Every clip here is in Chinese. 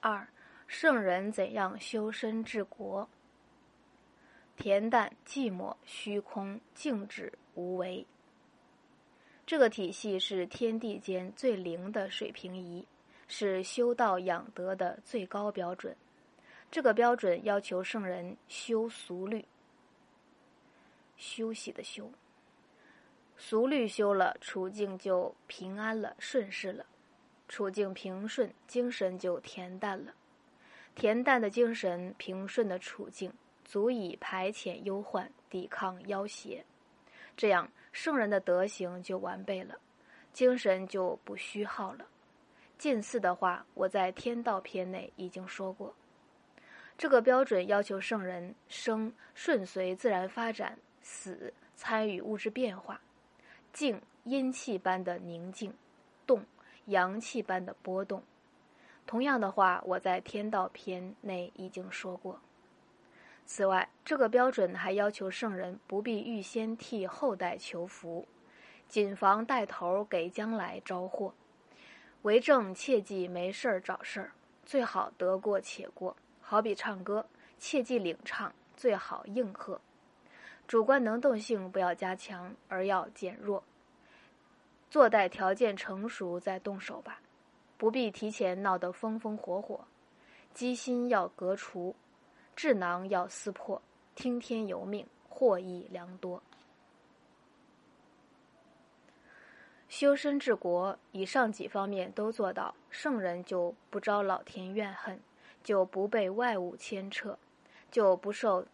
二、圣人怎样修身治国？恬淡、寂寞、虚空、静止、无为。这个体系是天地间最灵的水平仪，是修道养德的最高标准。这个标准要求圣人修俗律，休息的休，俗律修了，处境就平安了，顺势了。处境平顺，精神就恬淡了。恬淡的精神，平顺的处境，足以排遣忧患，抵抗妖邪。这样，圣人的德行就完备了，精神就不虚耗了。近似的话，我在天道篇内已经说过。这个标准要求圣人生顺随自然发展，死参与物质变化，静阴气般的宁静，动阳气般的波动。同样的话，我在天道篇内已经说过。此外，这个标准还要求圣人不必预先替后代求福，谨防带头给将来招祸。为政切忌没事儿找事儿，最好得过且过。好比唱歌，切忌领唱，最好应和。主观能动性不要加强，而要减弱。坐待条件成熟再动手吧，不必提前闹得风风火火。机心要革除，智囊要撕破，听天由命，获益良多。修身治国，以上几方面都做到，圣人就不招老天怨恨，就不被外物牵扯，就不受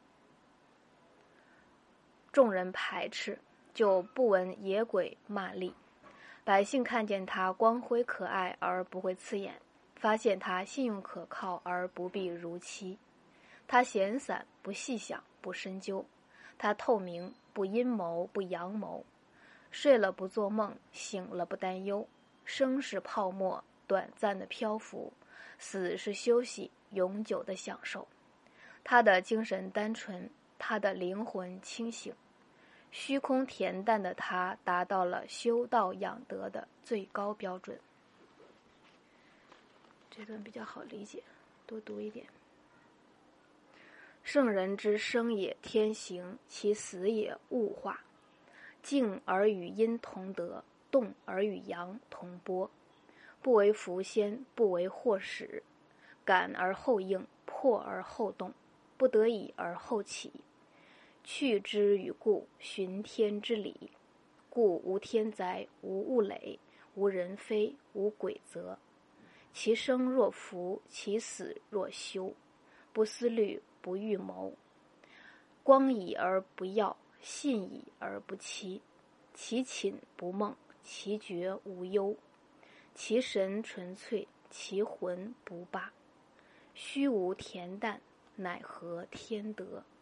众人排斥，就不闻野鬼骂詈。百姓看见他光辉可爱而不会刺眼，发现他信用可靠而不必如期。他闲散，不细想，不深究；他透明，不阴谋，不阳谋。睡了不做梦，醒了不担忧。生是泡沫，短暂的漂浮；死是休息，永久的享受。他的精神单纯，他的灵魂清醒。虚空恬淡的他达到了修道养德的最高标准。这段比较好理解，多读一点。圣人之生也天行，其死也物化。静而与阴同德，动而与阳同波。不为伏先，不为祸始。感而后应，迫而后动，不得已而后起。去之与故，循天之理。故无天灾，无物累，无人非，无鬼则。其生若福，其死若休。不思虑，不预谋。光以而不耀，信以而不欺。其寝不梦，其觉无忧。其神纯粹，其魂不罢。虚无恬淡，乃合天德。